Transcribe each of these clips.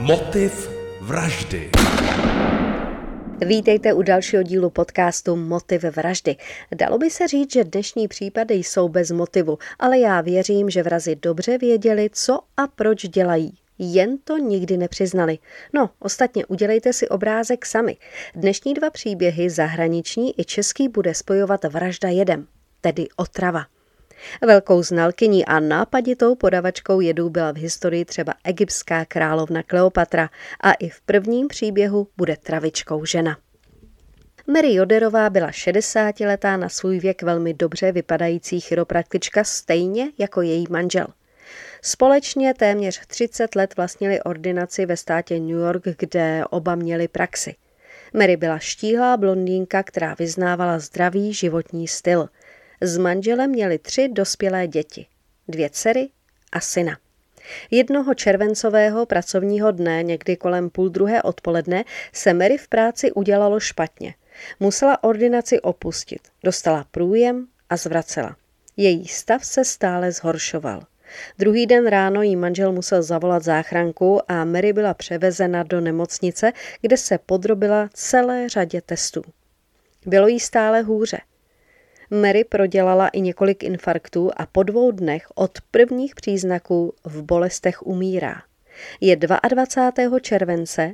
Motiv vraždy. Vítejte u dalšího dílu podcastu Motiv vraždy. Dalo by se říct, že dnešní případy jsou bez motivu, ale já věřím, že vrazi dobře věděli, co a proč dělají. Jen to nikdy nepřiznali. No, ostatně udělejte si obrázek sami. Dnešní dva příběhy, zahraniční i český, bude spojovat vražda jedem, tedy otrava. Velkou znalkyní a nápaditou podavačkou jedů byla v historii třeba egyptská královna Kleopatra a i v prvním příběhu bude travičkou žena. Mary Yoderová byla 60letá, na svůj věk velmi dobře vypadající chiropraktička, stejně jako její manžel. Společně téměř 30 let vlastnili ordinaci ve státě New York, kde oba měli praxi. Mary byla štíhlá blondýnka, která vyznávala zdravý životní styl. S manželem měli 3 dospělé děti, 2 dcery a syna. Jednoho červencového pracovního dne, někdy kolem 12:30 odpoledne, se Mary v práci udělalo špatně. Musela ordinaci opustit, dostala průjem a zvracela. Její stav se stále zhoršoval. Druhý den ráno jí manžel musel zavolat záchranku a Mary byla převezena do nemocnice, kde se podrobila celé řadě testů. Bylo jí stále hůře. Mary prodělala i několik infarktů a po 2 dnech od prvních příznaků v bolestech umírá. Je 22. července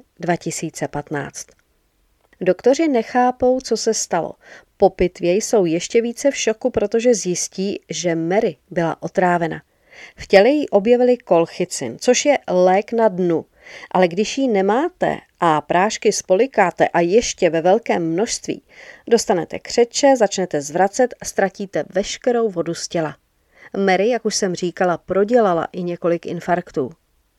2015. Doktoři nechápou, co se stalo. Po pitvě jsou ještě více v šoku, protože zjistí, že Mary byla otrávena. V těle jí objevili kolchicin, což je lék na dnu, ale když ji nemáte a prášky spolikáte a ještě ve velkém množství, dostanete křeče, začnete zvracet a ztratíte veškerou vodu z těla. Mary, jak už jsem říkala, prodělala i několik infarktů.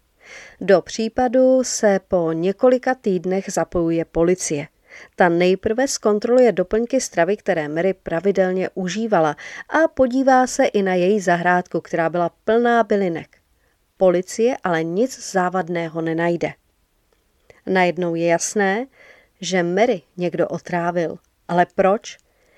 Do případu se po několika týdnech zapojuje policie. Ta nejprve zkontroluje doplňky stravy, které Mary pravidelně užívala, a podívá se i na její zahrádku, která byla plná bylinek. Policie ale nic závadného nenajde. Najednou je jasné, že Mary někdo otrávil. Ale proč?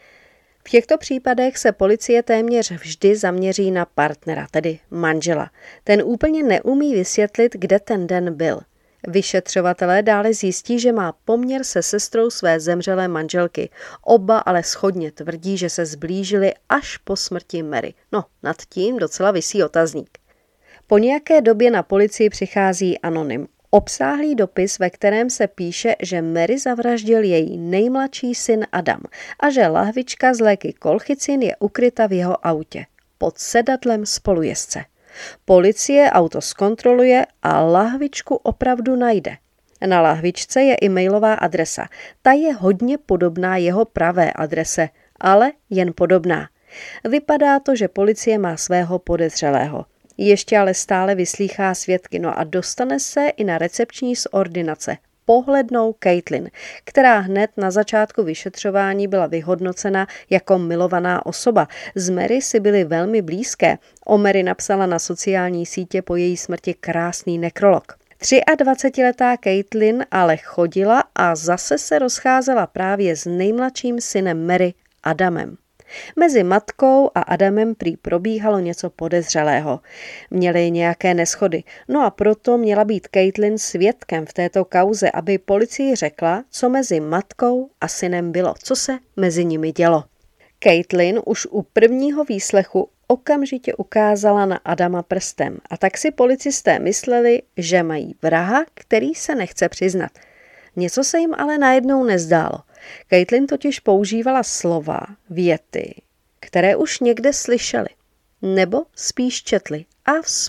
V těchto případech se policie téměř vždy zaměří na partnera, tedy manžela. Ten úplně neumí vysvětlit, kde ten den byl. Vyšetřovatelé dále zjistí, že má poměr se sestrou své zemřelé manželky. Oba ale shodně tvrdí, že se zblížili až po smrti Mary. No, nad tím docela visí otazník. Po nějaké době na policii přichází anonym. Obsáhlý dopis, ve kterém se píše, že Mary zavraždil její nejmladší syn Adam a že lahvička z léky kolchicin je ukryta v jeho autě pod sedadlem spolujezdce. Policie auto zkontroluje a lahvičku opravdu najde. Na lahvičce je i mailová adresa. Ta je hodně podobná jeho pravé adrese, ale jen podobná. Vypadá to, že policie má svého podezřelého. Ještě ale stále vyslýchá svědky, no a dostane se i na recepční z ordinace, pohlednou Caitlin, která hned na začátku vyšetřování byla vyhodnocena jako milovaná osoba. S Mary si byly velmi blízké. O Mary napsala na sociální sítě po její smrti krásný nekrolog. 23letá Caitlin ale chodila a zase se rozcházela právě s nejmladším synem Mary, Adamem. Mezi matkou a Adamem prý probíhalo něco podezřelého. Měli nějaké neshody, no a proto měla být Caitlin svědkem v této kauze, aby policii řekla, co mezi matkou a synem bylo, co se mezi nimi dělo. Caitlin už u prvního výslechu okamžitě ukázala na Adama prstem a tak si policisté mysleli, že mají vraha, který se nechce přiznat. Něco se jim ale najednou nezdálo. Caitlin totiž používala slova, věty, které už někde slyšeli, nebo spíš četli a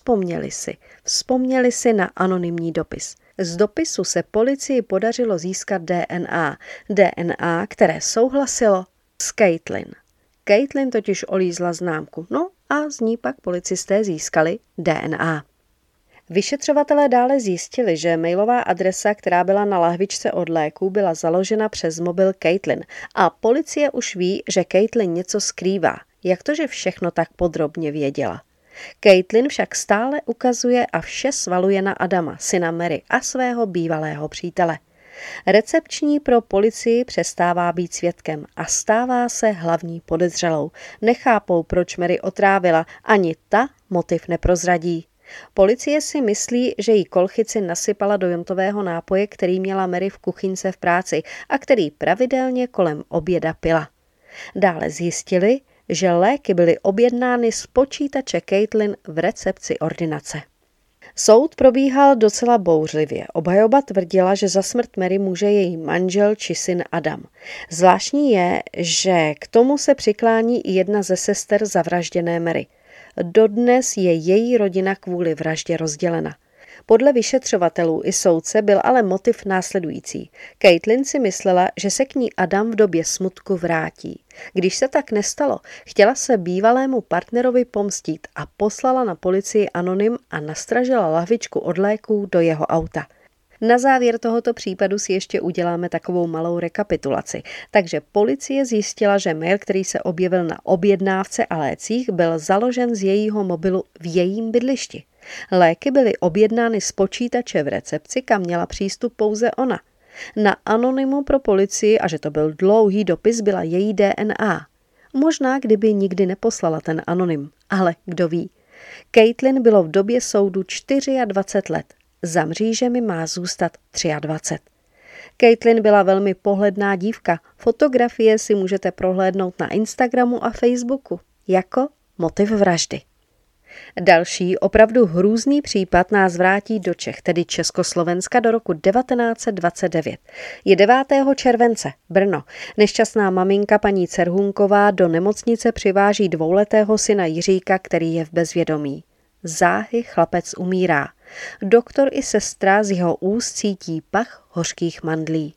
vzpomněli si na anonymní dopis. Z dopisu se policii podařilo získat DNA, které souhlasilo s Caitlin. Caitlin totiž olízla známku, no a z ní pak policisté získali DNA. Vyšetřovatelé dále zjistili, že mailová adresa, která byla na lahvičce od léků, byla založena přes mobil Caitlin a policie už ví, že Caitlin něco skrývá. Jak to, že všechno tak podrobně věděla? Caitlin však stále ukazuje a vše svaluje na Adama, syna Mary a svého bývalého přítele. Recepční pro policii přestává být svědkem a stává se hlavní podezřelou. Nechápou, proč Mary otrávila, ani ta motiv neprozradí. Policie si myslí, že jí kolchyci nasypala do jontového nápoje, který měla Mary v kuchyňce v práci a který pravidelně kolem oběda pila. Dále zjistili, že léky byly objednány z počítače Caitlin v recepci ordinace. Soud probíhal docela bouřlivě. Obhajoba tvrdila, že za smrt Mary může její manžel či syn Adam. Zvláštní je, že k tomu se přiklání i jedna ze sester zavražděné Mary. Dodnes je její rodina kvůli vraždě rozdělena. Podle vyšetřovatelů i soudce byl ale motiv následující. Caitlin si myslela, že se k ní Adam v době smutku vrátí. Když se tak nestalo, chtěla se bývalému partnerovi pomstít a poslala na policii anonym a nastražila lahvičku od léků do jeho auta. Na závěr tohoto případu si ještě uděláme takovou malou rekapitulaci. Takže policie zjistila, že mail, který se objevil na objednávce a lécích, byl založen z jejího mobilu v jejím bydlišti. Léky byly objednány z počítače v recepci, kam měla přístup pouze ona. Na anonymu pro policii, a že to byl dlouhý dopis, byla její DNA. Možná kdyby nikdy neposlala ten anonym, ale kdo ví. Caitlin bylo v době soudu 24 let. Za mřížemi má zůstat 23. Caitlin byla velmi pohledná dívka. Fotografie si můžete prohlédnout na Instagramu a Facebooku jako motiv vraždy. Další opravdu hrůzný případ nás vrátí do Čech, tedy Československa do roku 1929. Je 9. července, Brno. Nešťastná maminka paní Cerhunková do nemocnice přiváží 2letého syna Jiříka, který je v bezvědomí. Záhy chlapec umírá. Doktor i sestra z jeho úst cítí pach hořkých mandlí.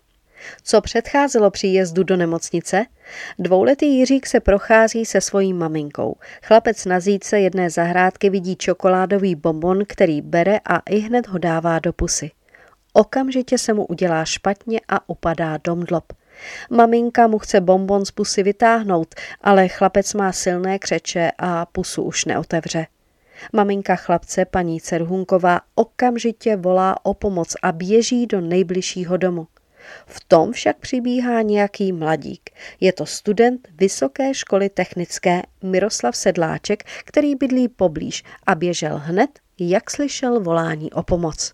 Co předcházelo příjezdu do nemocnice? 2letý Jiřík se prochází se svojí maminkou. Chlapec na zítce jedné zahrádky vidí čokoládový bonbon, který bere a ihned ho dává do pusy. Okamžitě se mu udělá špatně a upadá do mdlob. Maminka mu chce bonbon z pusy vytáhnout, ale chlapec má silné křeče a pusu už neotevře. Maminka chlapce, paní Cerhunková, okamžitě volá o pomoc a běží do nejbližšího domu. V tom však přibíhá nějaký mladík. Je to student Vysoké školy technické Miroslav Sedláček, který bydlí poblíž a běžel hned, jak slyšel volání o pomoc.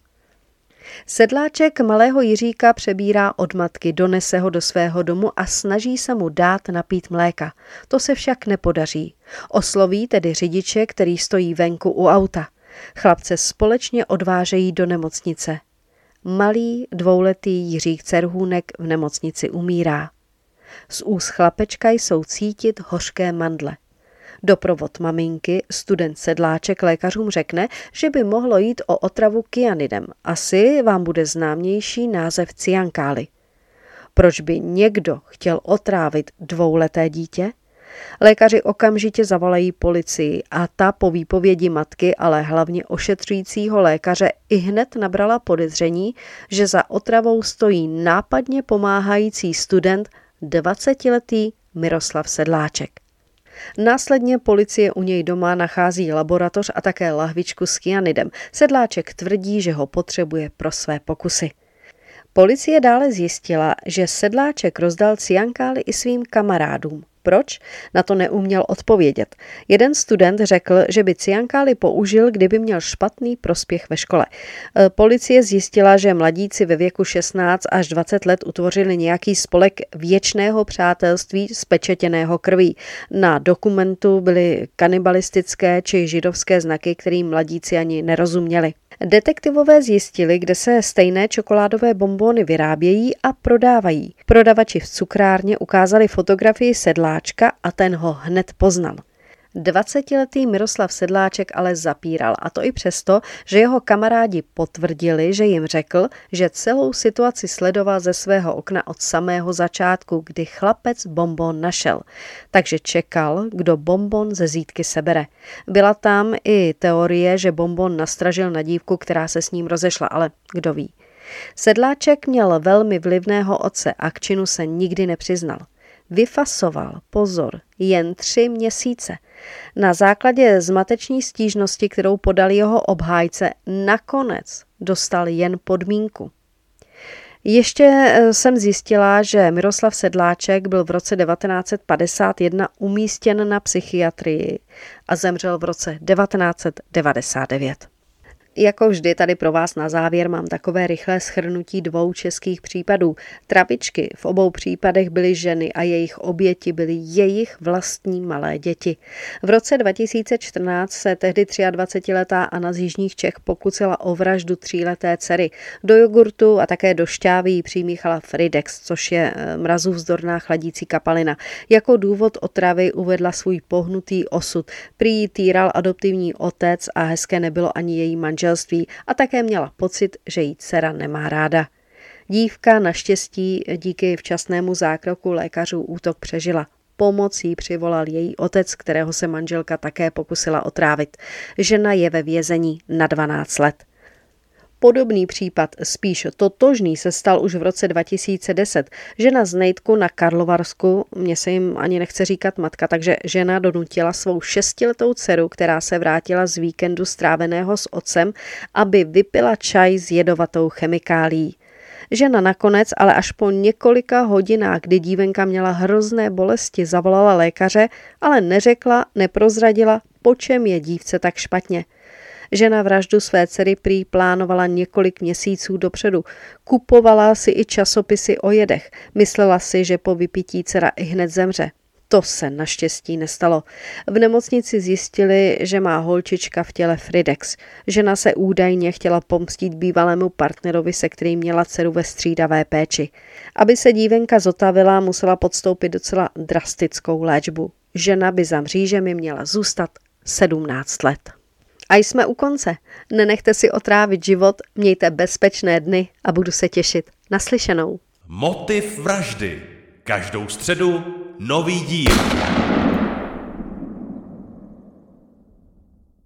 Sedláček malého Jiříka přebírá od matky, donese ho do svého domu a snaží se mu dát napít mléka. To se však nepodaří. Osloví tedy řidiče, který stojí venku u auta. Chlapce společně odvážejí do nemocnice. Malý 2letý Jiřík Cerhůnek v nemocnici umírá. Z úst chlapečka jsou cítit hořké mandle. Doprovod maminky student Sedláček lékařům řekne, že by mohlo jít o otravu kyanidem. Asi vám bude známější název cyankály. Proč by někdo chtěl otrávit 2leté dítě? Lékaři okamžitě zavolají policii a ta po výpovědi matky, ale hlavně ošetřujícího lékaře ihned nabrala podezření, že za otravou stojí nápadně pomáhající student 20letý Miroslav Sedláček. Následně policie u něj doma nachází laboratoř a také lahvičku s kyanidem. Sedláček tvrdí, že ho potřebuje pro své pokusy. Policie dále zjistila, že Sedláček rozdal cyankály i svým kamarádům. Proč? Na to neuměl odpovědět. Jeden student řekl, že by cyankály použil, kdyby měl špatný prospěch ve škole. Policie zjistila, že mladíci ve věku 16 až 20 let utvořili nějaký spolek věčného přátelství spečetěného krví. Na dokumentu byly kanibalistické či židovské znaky, kterým mladíci ani nerozuměli. Detektivové zjistili, kde se stejné čokoládové bonbony vyrábějí a prodávají. Prodavači v cukrárně ukázali fotografii Sedláčka a ten ho hned poznal. 20letý Miroslav Sedláček ale zapíral, a to i přesto, že jeho kamarádi potvrdili, že jim řekl, že celou situaci sledoval ze svého okna od samého začátku, kdy chlapec bonbon našel. Takže čekal, kdo bonbon ze zítky sebere. Byla tam i teorie, že bonbon nastražil na dívku, která se s ním rozešla, ale kdo ví. Sedláček měl velmi vlivného otce a k činu se nikdy nepřiznal. Vyfasoval, pozor, jen 3 měsíce. Na základě zmateční stížnosti, kterou podal jeho obhájce, nakonec dostal jen podmínku. Ještě jsem zjistila, že Miroslav Sedláček byl v roce 1951 umístěn na psychiatrii a zemřel v roce 1999. Jako vždy tady pro vás na závěr mám takové rychlé shrnutí 2 českých případů. Travičky v obou případech byly ženy a jejich oběti byly jejich vlastní malé děti. V roce 2014 se tehdy 23letá Anna z jižních Čech pokusila o vraždu 3leté dcery. Do jogurtu a také do šťávy jí přimíchala Fridex, což je mrazuvzdorná chladící kapalina. Jako důvod otravy uvedla svůj pohnutý osud. Prý jí týral adoptivní otec a hezké nebylo ani její manželství a také měla pocit, že jí dcera nemá ráda. Dívka naštěstí díky včasnému zákroku lékařů útok přežila. Pomoc jí přivolal její otec, kterého se manželka také pokusila otrávit. Žena je ve vězení na 12 let. Podobný případ, spíš totožný, se stal už v roce 2010. Žena z Nejdku na Karlovarsku, mně se jim ani nechce říkat matka, takže žena donutila svou 6letou dceru, která se vrátila z víkendu stráveného s otcem, aby vypila čaj s jedovatou chemikálií. Žena nakonec, ale až po několika hodinách, kdy dívenka měla hrozné bolesti, zavolala lékaře, ale neřekla, neprozradila, po čem je dívce tak špatně. Žena vraždu své dcery prý plánovala několik měsíců dopředu. Kupovala si i časopisy o jedech. Myslela si, že po vypití dcera ihned zemře. To se naštěstí nestalo. V nemocnici zjistili, že má holčička v těle Fridex. Žena se údajně chtěla pomstít bývalému partnerovi, se kterým měla dceru ve střídavé péči. Aby se dívenka zotavila, musela podstoupit docela drastickou léčbu. Žena by za mřížemi měla zůstat 17 let. A jsme u konce. Nenechte si otrávit život, mějte bezpečné dny a budu se těšit. Naslyšenou. Motiv vraždy. Každou středu nový díl.